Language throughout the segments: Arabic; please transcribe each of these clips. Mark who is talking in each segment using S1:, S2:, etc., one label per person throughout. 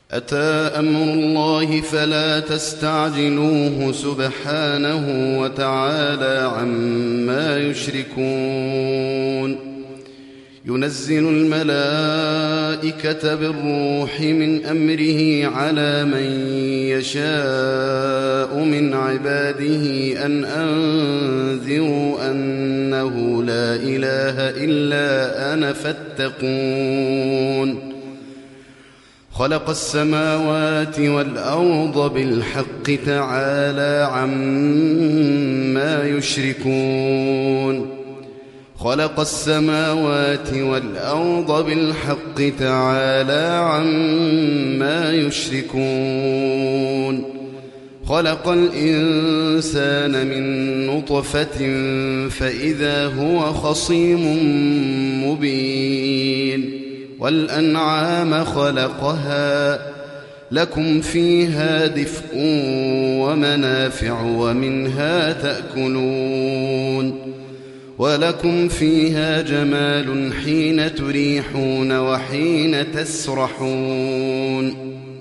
S1: أتى أمر الله فلا تستعجلوه سبحانه وتعالى عما يشركون. ينزل الملائكة بالروح من أمره على من يشاء من عباده أن أنذروا أنه لا إله إلا أنا فاتقون. خلق السماوات والأرض بالحق تعالى عما يشركون. خلق السماوات والأرض بالحق تعالى عما يشركون. خلق الإنسان من نطفة فإذا هو خصيم مبين. والأنعام خلقها لكم فيها دفء ومنافع ومنها تأكلون. ولكم فيها جمال حين تريحون وحين تسرحون.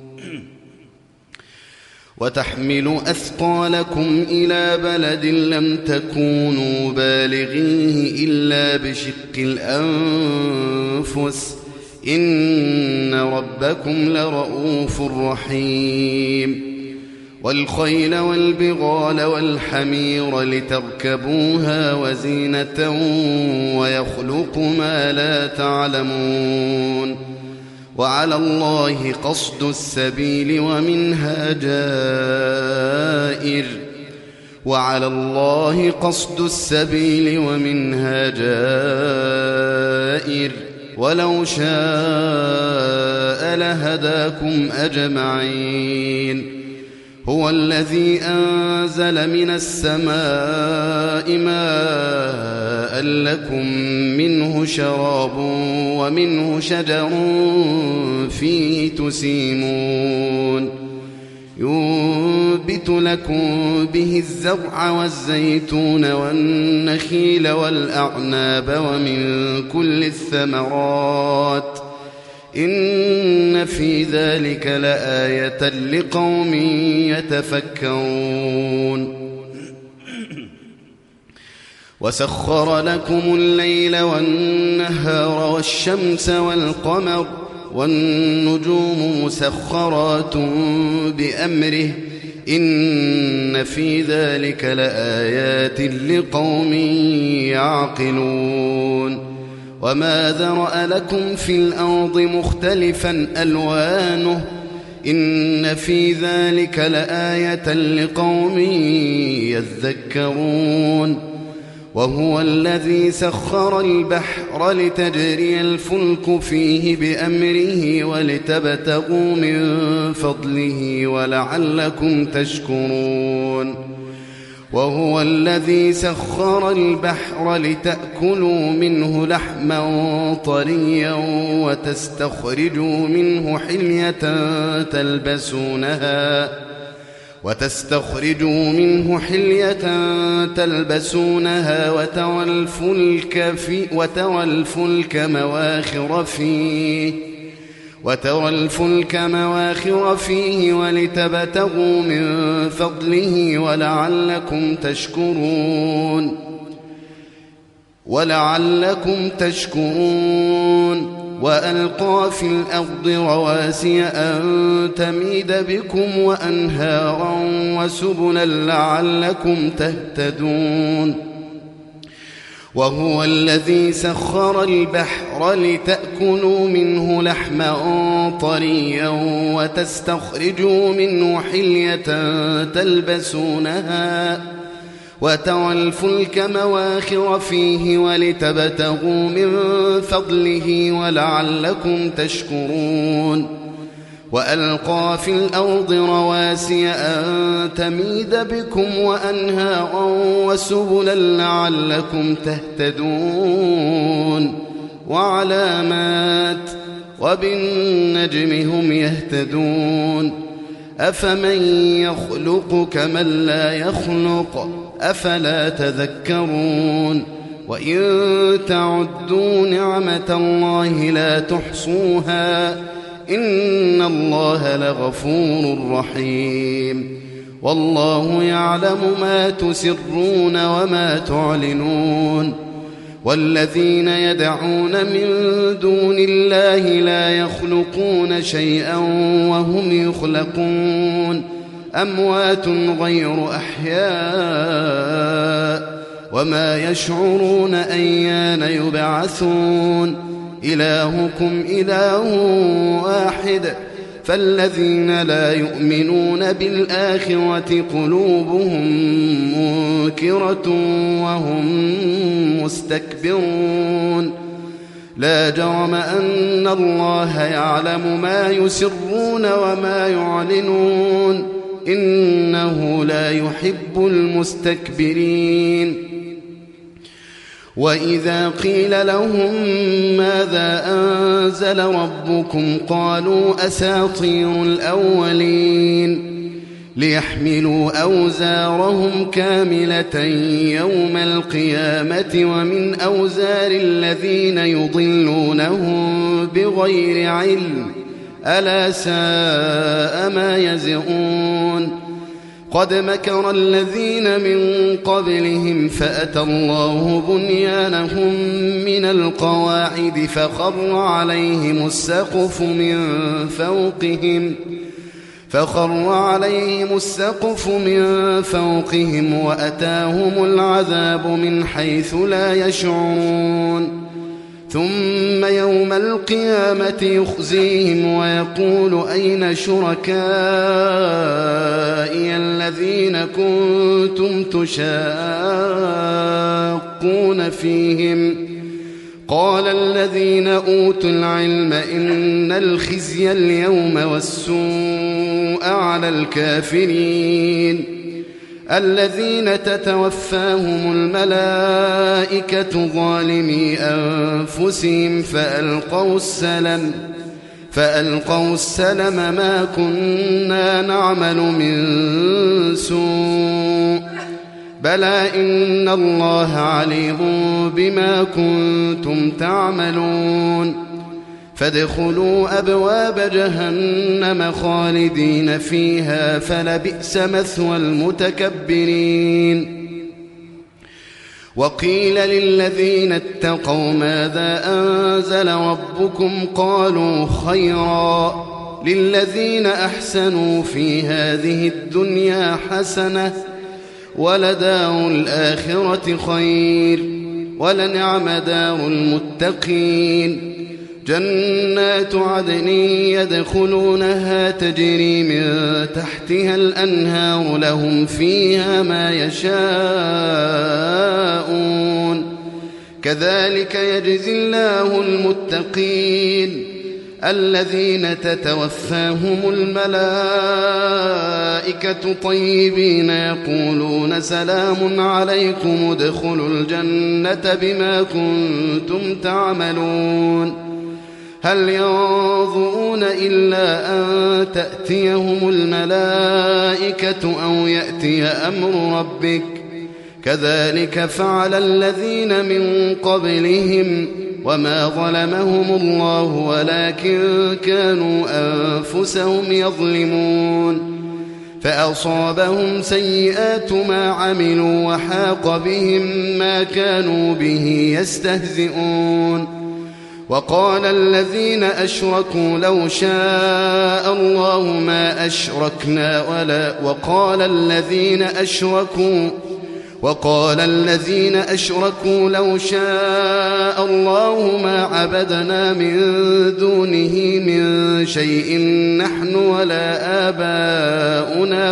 S1: وتحمل أثقالكم إلى بلد لم تكونوا بالغيه إلا بشق الأنفس إن ربكم لرؤوف رحيم. والخيل والبغال والحمير لتركبوها وزينة ويخلق ما لا تعلمون. وعلى الله قصد السبيل ومنها جائر. وعلى الله قصد السبيل ومنها جائر. ولو شاء لهداكم أجمعين. هو الذي أنزل من السماء ماء لكم منه شراب ومنه شجر فيه تسيمون. ينبت لكم به الزرع والزيتون والنخيل والأعناب ومن كل الثمرات إن في ذلك لآية لقوم يتفكرون. وسخر لكم الليل والنهار والشمس والقمر والنجوم مسخرات بأمره إن في ذلك لآيات لقوم يعقلون. وما ذرأ لكم في الأرض مختلفا ألوانه إن في ذلك لآية لقوم يذكرون. وهو الذي سخر البحر لتجري الفلك فيه بأمره ولتبتغوا من فضله ولعلكم تشكرون. وهو الذي سخر البحر لتأكلوا منه لحما طريا وتستخرجوا منه حلية تلبسونها وترى الفلك مواخر فيه ولتبتغوا من فضله ولعلكم تشكرون. وألقى في الأرض رواسي أن تميد بكم وأنهارا وسبلا لعلكم تهتدون. وهو الذي سخر البحر لتأكلوا منه لحما طريا وتستخرجوا منه حلية تلبسونها وترى الفلك مواخر فيه ولتبتغوا من فضله ولعلكم تشكرون. وألقى في الأرض رواسي أن تميد بكم وأنهارا وسبلا لعلكم تهتدون. وعلامات وبالنجم هم يهتدون. أفمن يخلق كمن لا يخلق أفلا تذكرون. وإن تعدوا نعمة الله لا تحصوها إن الله لغفور رحيم والله يعلم ما تسرون وما تعلنون والذين يدعون من دون الله لا يخلقون شيئا وهم يخلقون أموات غير أحياء وما يشعرون أيان يبعثون إلهكم إله واحد فالذين لا يؤمنون بالآخرة قلوبهم منكرة وهم مستكبرون لا جرم أن الله يعلم ما يسرون وما يعلنون إنه لا يحب المستكبرين وإذا قيل لهم ماذا أنزل ربكم قالوا أساطير الأولين ليحملوا أوزارهم كاملة يوم القيامة ومن أوزار الذين يضلونهم بغير علم ألا ساء ما يزرون قد مكر الذين من قبلهم فأتى الله بنيانهم من القواعد فخر عليهم السقف من فوقهم وأتاهم العذاب من حيث لا يشعرون ثم يوم القيامة يخزيهم ويقول أين شركائي الذين كنتم تشاقون فيهم قال الذين أوتوا العلم إن الخزي اليوم والسوء على الكافرين الذين تتوفاهم الملائكة ظالمي أنفسهم فألقوا السلم ما كنا نعمل من سوء بلى إن الله عليم بما كنتم تعملون فادخلوا أبواب جهنم خالدين فيها فلبئس مثوى المتكبرين وقيل للذين اتقوا ماذا أنزل ربكم قالوا خيرا للذين أحسنوا في هذه الدنيا حسنة ولدار الآخرة خير ولنعم دار المتقين جنات عدن يدخلونها تجري من تحتها الأنهار لهم فيها ما يشاءون كذلك يجزي الله المتقين الذين تتوفاهم الملائكة طيبين يقولون سلام عليكم ادخلوا الجنة بما كنتم تعملون هل ينظرون إلا أن تأتيهم الملائكة أو يأتي أمر ربك كذلك فعل الذين من قبلهم وما ظلمهم الله ولكن كانوا أنفسهم يظلمون فأصابهم سيئات ما عملوا وحاق بهم ما كانوا به يستهزئون وقال الذين أشركوا لو شاء الله ما أشركنا وقال الذين أشركوا لو شاء الله ما عبدنا من دونه من شيء نحن ولا آباؤنا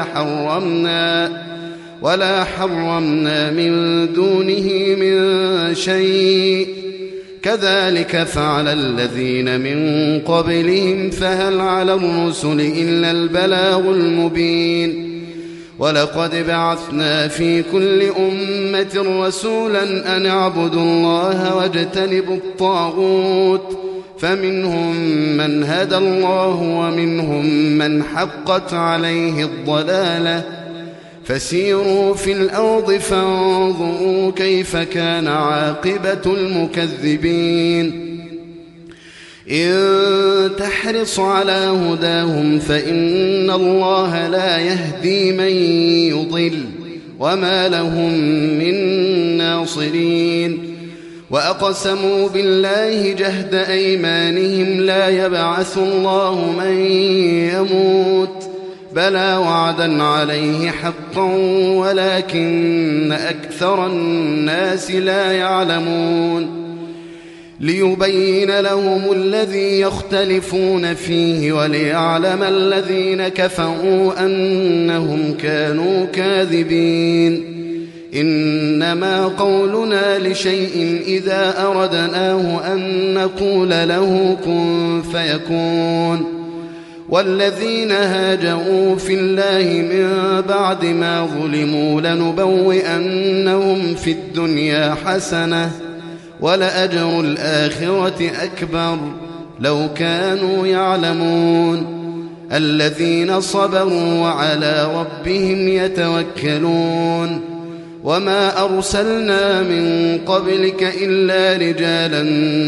S1: ولا حرمنا من دونه من شيء كذلك فعل الذين من قبلهم فهل على الرسل إلا البلاغ المبين ولقد بعثنا في كل أمة رسولا أن اعبدوا الله واجتنبوا الطاغوت فمنهم من هدى الله ومنهم من حقت عليه الضلالة فسيروا في الأرض فانظروا كيف كان عاقبة المكذبين إن تحرص على هداهم فإن الله لا يهدي من يضل وما لهم من ناصرين وأقسموا بالله جهد أيمانهم لا يبعث الله من يموت بلى وعدا عليه حقا ولكن أكثر الناس لا يعلمون ليبين لهم الذي يختلفون فيه وليعلم الذين كفروا أنهم كانوا كاذبين إنما قولنا لشيء إذا أردناه أن نقول له كن فيكون والذين هاجروا في الله من بعد ما ظلموا لنبوئنهم في الدنيا حسنة ولأجر الآخرة أكبر لو كانوا يعلمون الذين صبروا وعلى ربهم يتوكلون وما أرسلنا من قبلك إلا رجالا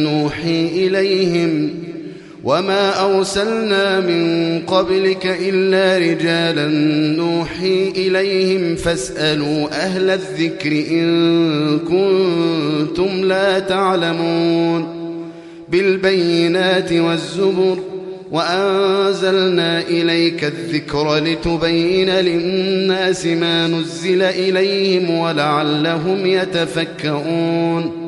S1: نوحي إليهم فاسألوا أهل الذكر إن كنتم لا تعلمون بالبينات والزبر وأنزلنا إليك الذكر لتبين للناس ما نزل إليهم ولعلهم يتفكرون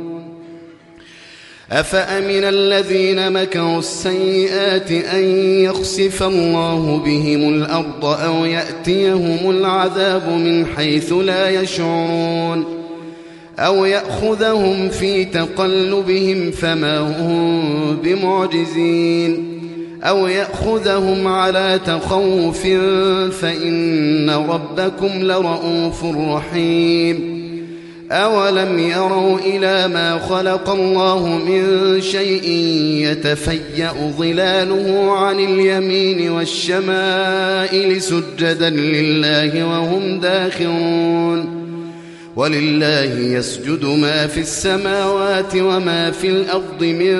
S1: أفأمن الذين مكروا السيئات أن يخسف الله بهم الأرض أو يأتيهم العذاب من حيث لا يشعرون أو يأخذهم في تقلبهم فما هم بمعجزين أو يأخذهم على تخوف فإن ربكم لرؤوف رحيم أولم يروا إلى ما خلق الله من شيء يتفيأ ظلاله عن اليمين والشمائل سجدا لله وهم داخرون ولله يسجد ما في السماوات وما في الأرض من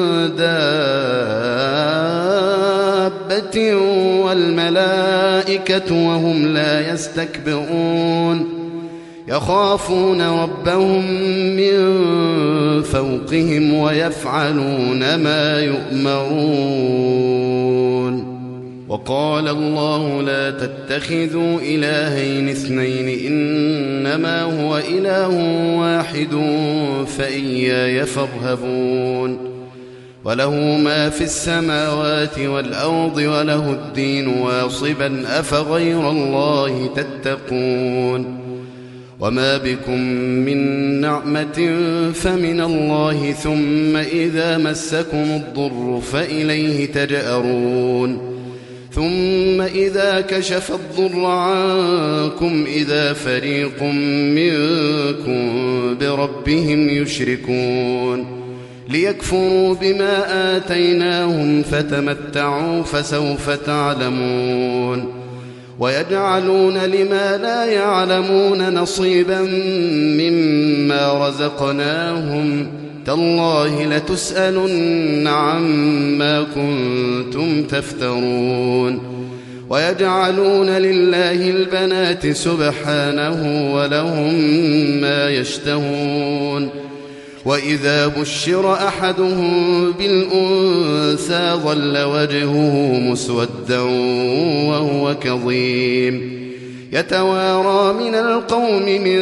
S1: دابة والملائكة وهم لا يستكبرون يخافون ربهم من فوقهم ويفعلون ما يؤمرون وقال الله لا تتخذوا إلهين اثنين إنما هو إله واحد فإياي فارهبون وله ما في السماوات والأرض وله الدين واصبا أفغير الله تتقون وما بكم من نعمة فمن الله ثم إذا مسكم الضر فإليه تجأرون ثم إذا كشف الضر عنكم إذا فريق منكم بربهم يشركون ليكفروا بما آتيناهم فتمتعوا فسوف تعلمون ويجعلون لما لا يعلمون نصيبا مما رزقناهم تالله لتسألن عما كنتم تفترون ويجعلون لله البنات سبحانه ولهم ما يشتهون وإذا بشر أحدهم بالأنثى ظل وجهه مسودا وهو كظيم يتوارى من القوم من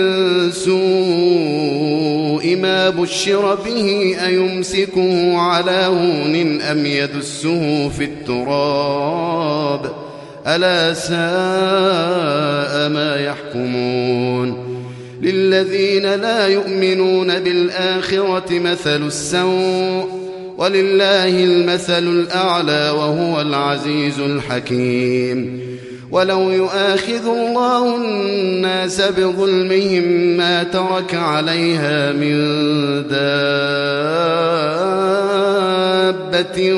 S1: سوء ما بشر به أيمسكه على هون أم يدسه في التراب ألا ساء ما يحكمون للذين لا يؤمنون بالآخرة مثل السوء ولله المثل الأعلى وهو العزيز الحكيم ولو يؤاخذ الله الناس بظلمهم ما ترك عليها من دابة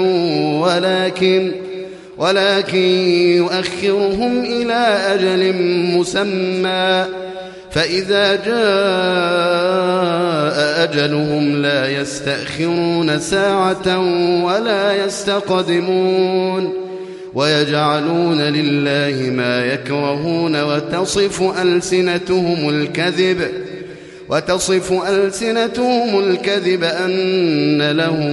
S1: ولكن يؤخرهم إلى أجل مسمى فإذا جاء أجلهم لا يستأخرون ساعة ولا يستقدمون ويجعلون لله ما يكرهون وتصف ألسنتهم الكذب أن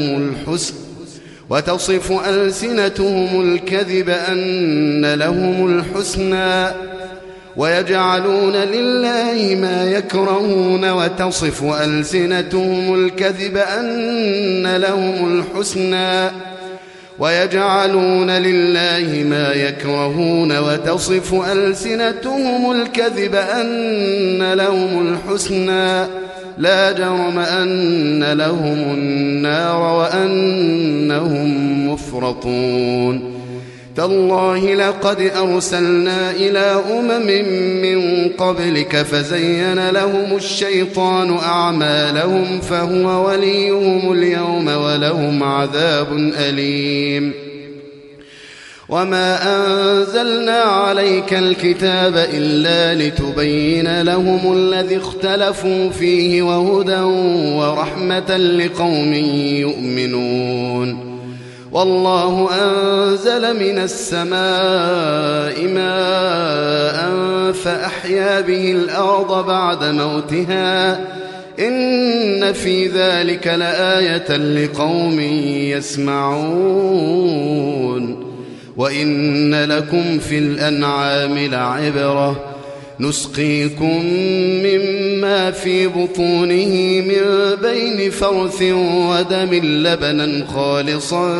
S1: لهم الحسنى ويجعلون لله ما يكرهون وتصف ألسنتهم الكذب أن لهم الحسنى لا جرم أن لهم النار وأنهم مفرطون تالله لقد أرسلنا إلى من قبلك فزين لهم الشيطان أعمالهم فهو وليهم اليوم ولهم عذاب أليم وما أنزلنا عليك الكتاب إلا لتبين لهم الذي اختلفوا فيه وهدى ورحمة لقوم يؤمنون والله أنزل من السماء ماء فأحيا به الأرض بعد موتها إن في ذلك لآية لقوم يسمعون وإن لكم في الأنعام لعبرة نسقيكم مما في بطونه من بين فرث ودم لبنا خالصا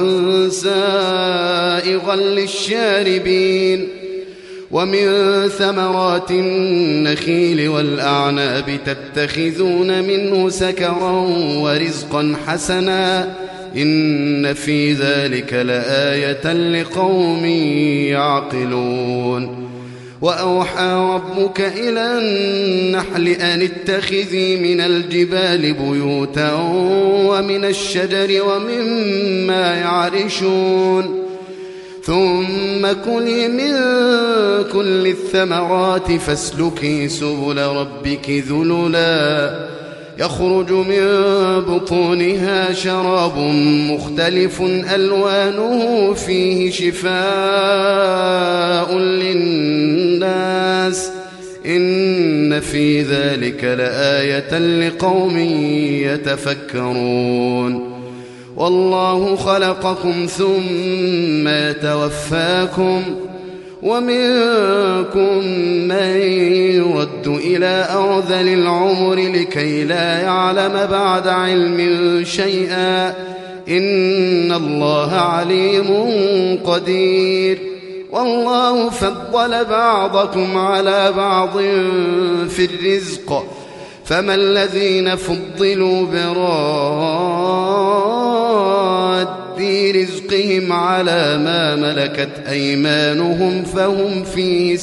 S1: سائغا للشاربين ومن ثمرات النخيل والأعناب تتخذون منه سكرا ورزقا حسنا إن في ذلك لآية لقوم يعقلون وأوحى ربك إلى النحل أن اتخذي من الجبال بيوتا ومن الشجر ومما يعرشون ثم كلي من كل الثمرات فاسلكي سبل ربك ذللا يخرج من بطونها شراب مختلف ألوانه فيه شفاء للناس إن في ذلك لآية لقوم يتفكرون والله خلقكم ثم يتوفاكم ومنكم من يرد إلى أرذل العمر لكي لا يعلم بعد علم شيئا إن الله عليم قدير والله فضل بعضكم على بعض في الرزق فما الذين فضلوا براد رزقهم على ما ملكت أيمانهم فهم فيه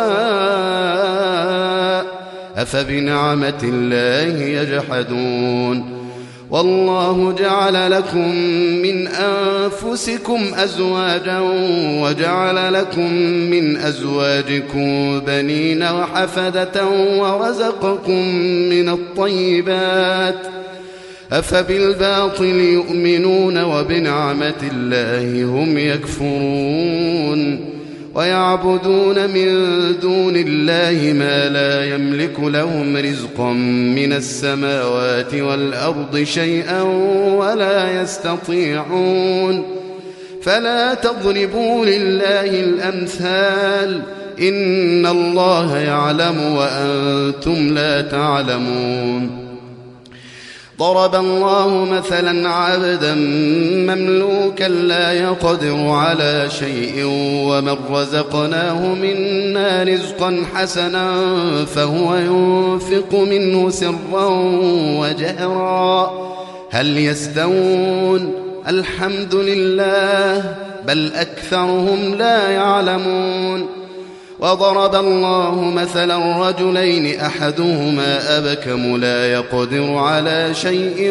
S1: سواء أفبنعمة الله يجحدون والله جعل لكم من أنفسكم أزواجا وجعل لكم من أزواجكم بنين وحفدة ورزقكم من الطيبات أفبالباطل يؤمنون وبنعمة الله هم يكفرون ويعبدون من دون الله ما لا يملك لهم رزقا من السماوات والأرض شيئا ولا يستطيعون فلا تضربوا لله الأمثال إن الله يعلم وأنتم لا تعلمون ضرب الله مثلا عبدا مملوكا لا يقدر على شيء ومن رزقناه منا رزقا حسنا فهو ينفق منه سرا وجهرا هل يستوون الحمد لله بل أكثرهم لا يعلمون وضرب الله مثلا رجلين أحدهما أبكم لا يقدر على شيء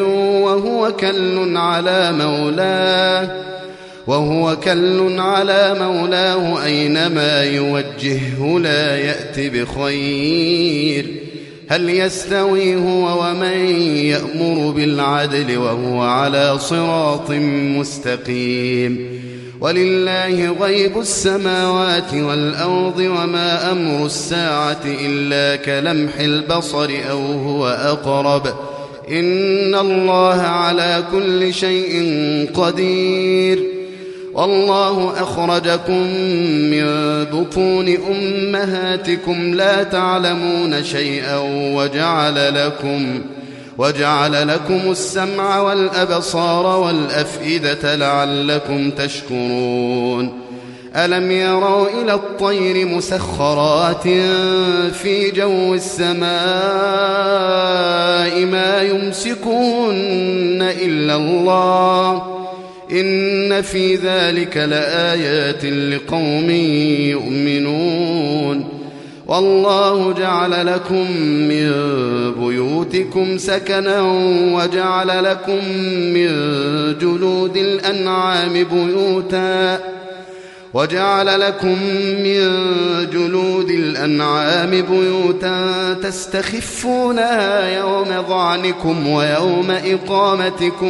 S1: وهو كل على مولاه أينما يوجهه لا يأت بخير هل يستوي هو ومن يأمر بالعدل وهو على صراط مستقيم ولله غيب السماوات والأرض وما أمر الساعة إلا كلمح البصر أو هو أقرب إن الله على كل شيء قدير والله أخرجكم من بطون أمهاتكم لا تعلمون شيئا وجعل لكم السمع والأبصار والأفئدة لعلكم تشكرون ألم يروا إلى الطير مسخرات في جو السماء ما يمسكهن إلا الله إن في ذلك لآيات لقوم يؤمنون والله جعل لكم من بيوتكم سكنا وجعل لكم من جلود الأنعام بيوتا تستخفونها يوم ظعنكم ويوم إقامتكم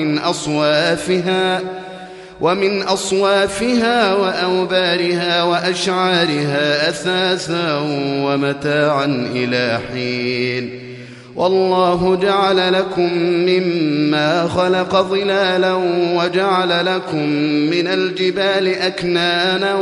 S1: ومن أصوافها وأوبارها وأشعارها أثاثا ومتاعا إلى حين والله جعل لكم مما خلق ظلالا وجعل لكم من الجبال أكنانا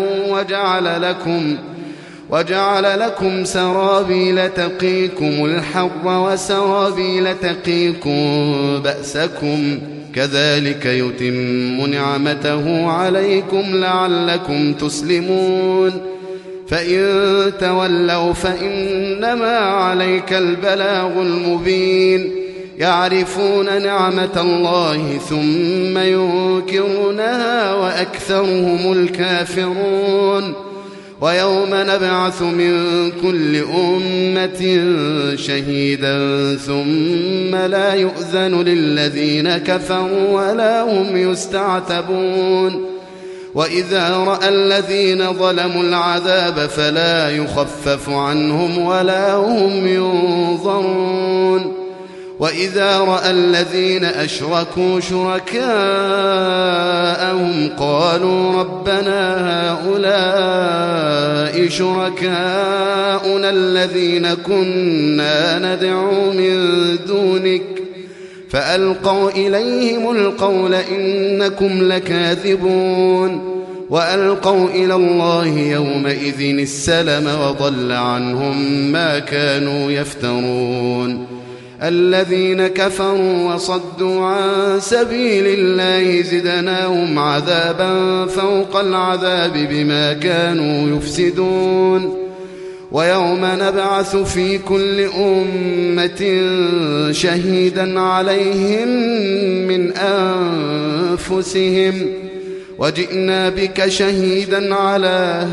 S1: وجعل لكم سرابيل تقيكم الحر وسرابيل تقيكم بأسكم كذلك يتم نعمته عليكم لعلكم تسلمون فإن تولوا فإنما عليك البلاغ المبين يعرفون نعمة الله ثم ينكرونها وأكثرهم الكافرون ويوم نبعث من كل أمة شهيدا ثم لا يؤذن للذين كفروا ولا هم يستعتبون وإذا رأى الذين ظلموا العذاب فلا يخفف عنهم ولا هم ينظرون وإذا رأى الذين أشركوا شركاءهم قالوا ربنا هؤلاء شركاؤنا الذين كنا ندعو من دونك فألقوا إليهم القول إنكم لكاذبون وألقوا إلى الله يومئذ السلم وضل عنهم ما كانوا يفترون الذين كفروا وصدوا عن سبيل الله زدناهم عذابا فوق العذاب بما كانوا يفسدون ويوم نبعث في كل أمة شهيدا عليهم من أنفسهم وجئنا بك شهيدا على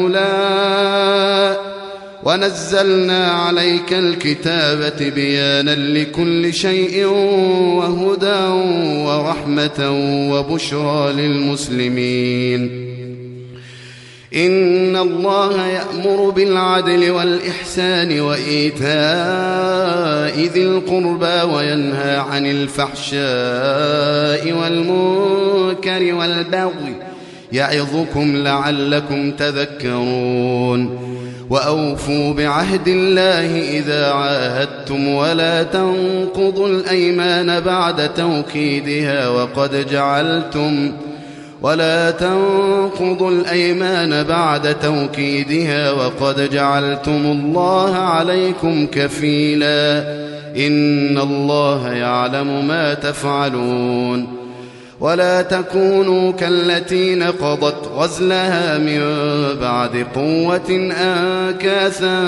S1: هؤلاء ونزلنا عليك الكتاب بيانا لكل شيء وهدى ورحمة وبشرى للمسلمين إن الله يأمر بالعدل والإحسان وإيتاء ذي القربى وينهى عن الفحشاء والمنكر والبغي يعظكم لعلكم تذكرون وأوفوا بعهد الله إذا عاهدتم ولا تنقضوا الأيمان بعد توكيدها وقد جعلتم الله عليكم كفيلا إن الله يعلم ما تفعلون ولا تكونوا كالتي نقضت غزلها من بعد قوة أنكاثا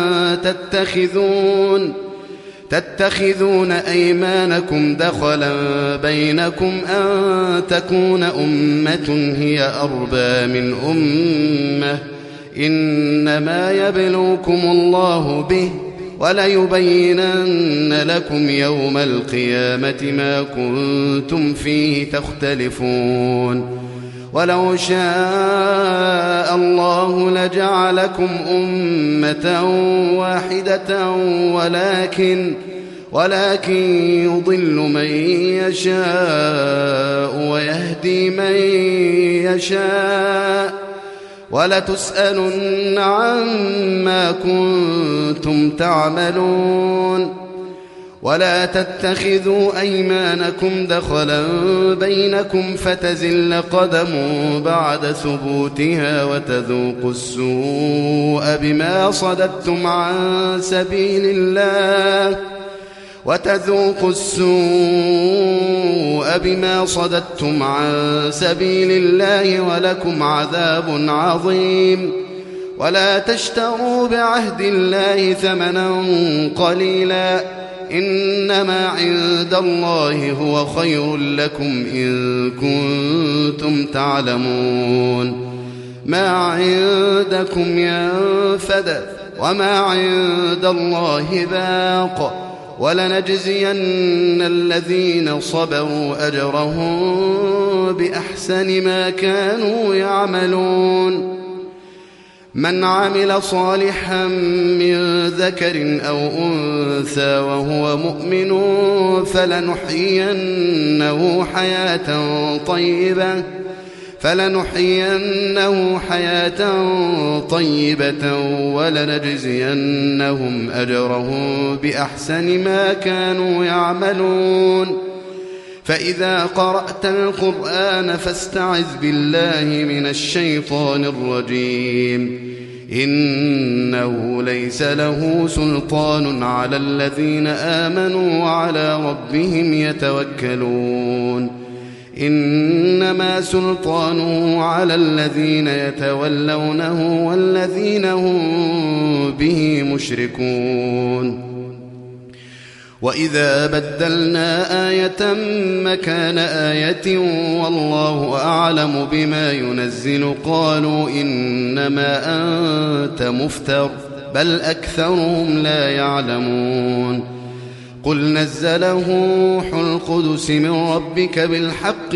S1: تتخذون أيمانكم دخلا بينكم أن تكون أمة هي أربى من أمة إنما يبلوكم الله به وليبينن لكم يوم القيامة ما كنتم فيه تختلفون ولو شاء الله لجعلكم أمة واحدة ولكن يضل من يشاء ويهدي من يشاء ولتسألن عما كنتم تعملون. ولا تتخذوا أيمانكم دخلا بينكم فتزل قدم بعد ثبوتها وتذوقوا السوء بما صددتم عن سبيل الله ولكم عذاب عظيم. ولا تشتروا بعهد الله ثمنا قليلا إنما عند الله هو خير لكم إن كنتم تعلمون. ما عندكم ينفد وما عند الله باق ولنجزين الذين صبروا أجرهم بأحسن ما كانوا يعملون. من عمل صالحا من ذكر أو أنثى وهو مؤمن فلنحيينه حياة طيبة ولنجزينهم أجرهم بأحسن ما كانوا يعملون. فإذا قرأت القرآن فاستعذ بالله من الشيطان الرجيم. إنه ليس له سلطان على الذين آمنوا وعلى ربهم يتوكلون. إنما سلطانه على الذين يتولونه والذين هم به مشركون. وإذا بدلنا آية مكان آية والله أعلم بما ينزل قالوا إنما أنت مفتر بل أكثرهم لا يعلمون. قل نزله روح القدس من ربك بالحق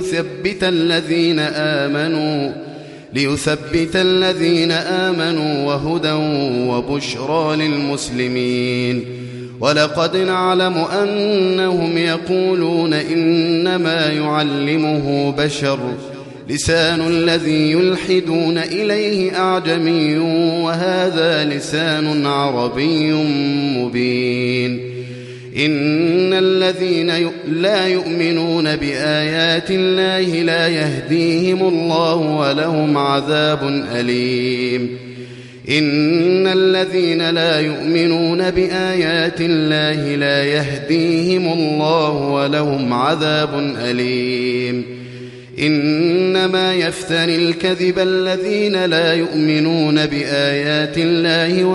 S1: ليثبت الذين آمنوا وهدى وبشرى للمسلمين. ولقد نعلم أنهم يقولون إنما يعلمه بشر لسان الذي يلحدون إليه أعجمي وهذا لسان عربي مبين. إن الذين لا يؤمنون بآيات الله لا يهديهم الله ولهم عذاب أليم. إن الذين لا يؤمنون بآيات الله لا يهديهم الله ولهم عذاب أليم. إنما يفتري الكذب الذين لا يؤمنون بآيات الله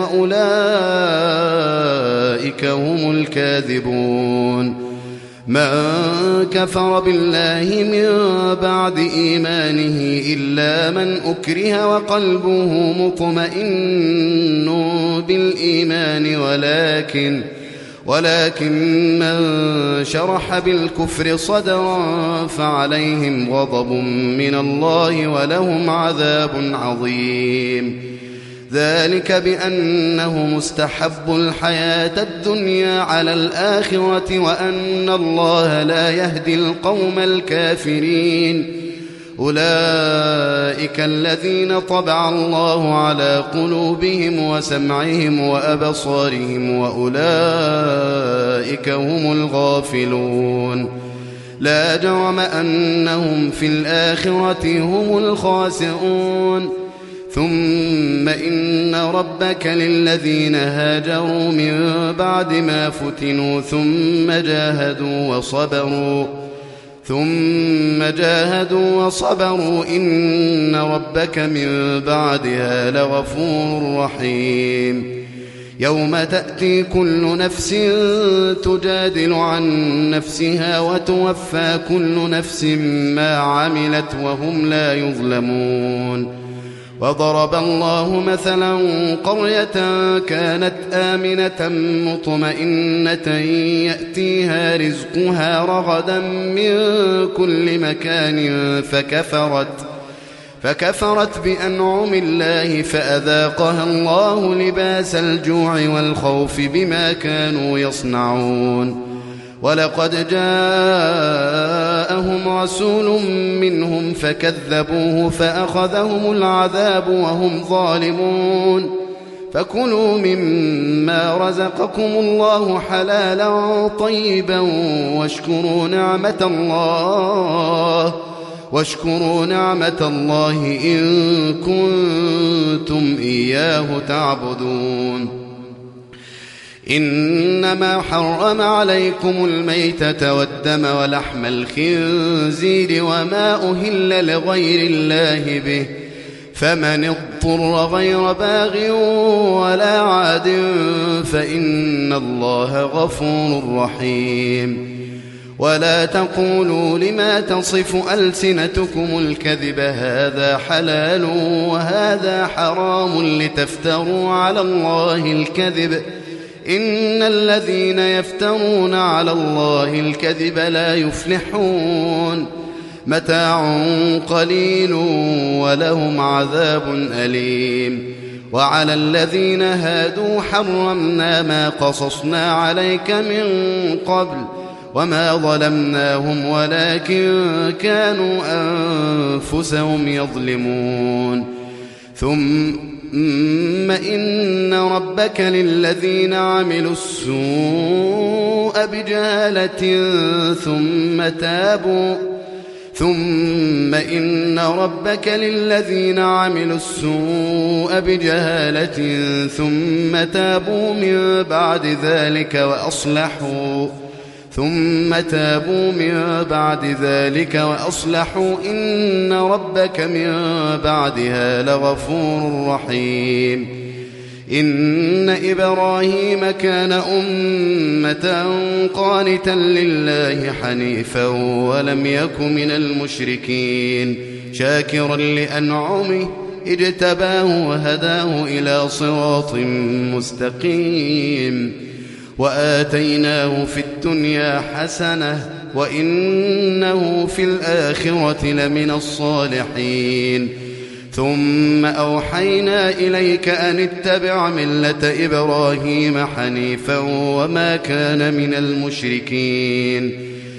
S1: وأولئك هم الكاذبون. من كفر بالله من بعد إيمانه إلا من أكره وقلبه مطمئن بالإيمان ولكن من شرح بالكفر صدرا فعليهم غضب من الله ولهم عذاب عظيم. ذلك بأنه مستحب الحياة الدنيا على الآخرة وأن الله لا يهدي القوم الكافرين. أولئك الذين طبع الله على قلوبهم وسمعهم وأبصارهم وأولئك هم الغافلون. لا جرم أنهم في الآخرة هم الخاسرون. ثم إن ربك للذين هاجروا من بعد ما فتنوا ثم جاهدوا وصبروا إن ربك من بعدها لغفور رحيم. يوم تأتي كل نفس تجادل عن نفسها وتوفى كل نفس ما عملت وهم لا يظلمون. وضرب الله مثلا قرية كانت آمنة مطمئنة يأتيها رزقها رغدا من كل مكان فكفرت بأنعم الله فأذاقها الله لباس الجوع والخوف بما كانوا يصنعون. ولقد جاءهم رسول منهم فكذبوه فأخذهم العذاب وهم ظالمون. فكلوا مما رزقكم الله حلالا طيبا واشكروا نعمة الله إن كنتم إياه تعبدون. إنما حرم عليكم الميتة والدم ولحم الخنزير وما أهل لغير الله به، فمن اضطر غير باغ ولا عاد فإن الله غفور رحيم. ولا تقولوا لما تصف ألسنتكم الكذب هذا حلال وهذا حرام لتفتروا على الله الكذب، إن الذين يفترون على الله الكذب لا يفلحون. متاع قليل ولهم عذاب أليم. وعلى الذين هادوا حرمنا ما قصصنا عليك من قبل وما ظلمناهم ولكن كانوا أنفسهم يظلمون. ثم إن ربك للذين عملوا السوء بجهالة ثم إن ربك للذين عملوا السوء بجهالة ثم تابوا من بعد ذلك وأصلحوا إن ربك من بعدها لغفور رحيم. إن إبراهيم كان أمة قانتا لله حنيفا ولم يك من المشركين، شاكرا لأنعمه اجتباه وهداه إلى صراط مستقيم. وآتيناه في الدنيا حسنة وإنه في الآخرة لمن الصالحين. ثم أوحينا إليك أن اتبع ملة إبراهيم حنيفا وما كان من المشركين.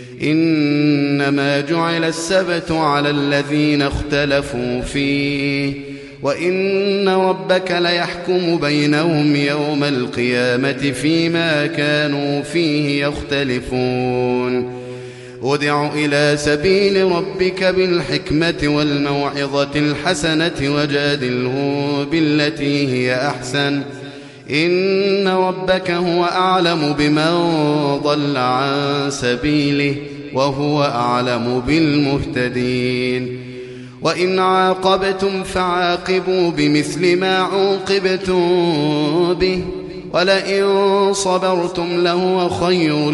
S1: إنما جعل السبت على الذين اختلفوا فيه وإن ربك ليحكم بينهم يوم القيامة فيما كانوا فيه يختلفون. ادع إلى سبيل ربك بالحكمة والموعظة الحسنة وجادله بالتي هي أحسن، إن ربك هو أعلم بمن ضل عن سبيله وهو أعلم بالمهتدين. وإن عاقبتم فعاقبوا بمثل ما عوقبتم به ولئن صبرتم لهو خير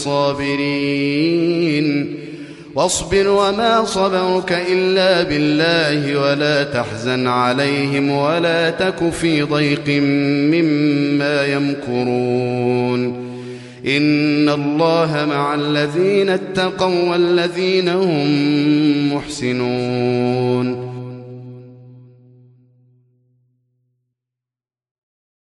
S1: للصابرين. واصبر وما صبرك إلا بالله ولا تحزن عليهم ولا تك في ضيق مما يمكرون. إن الله مع الذين اتقوا والذين هم محسنون.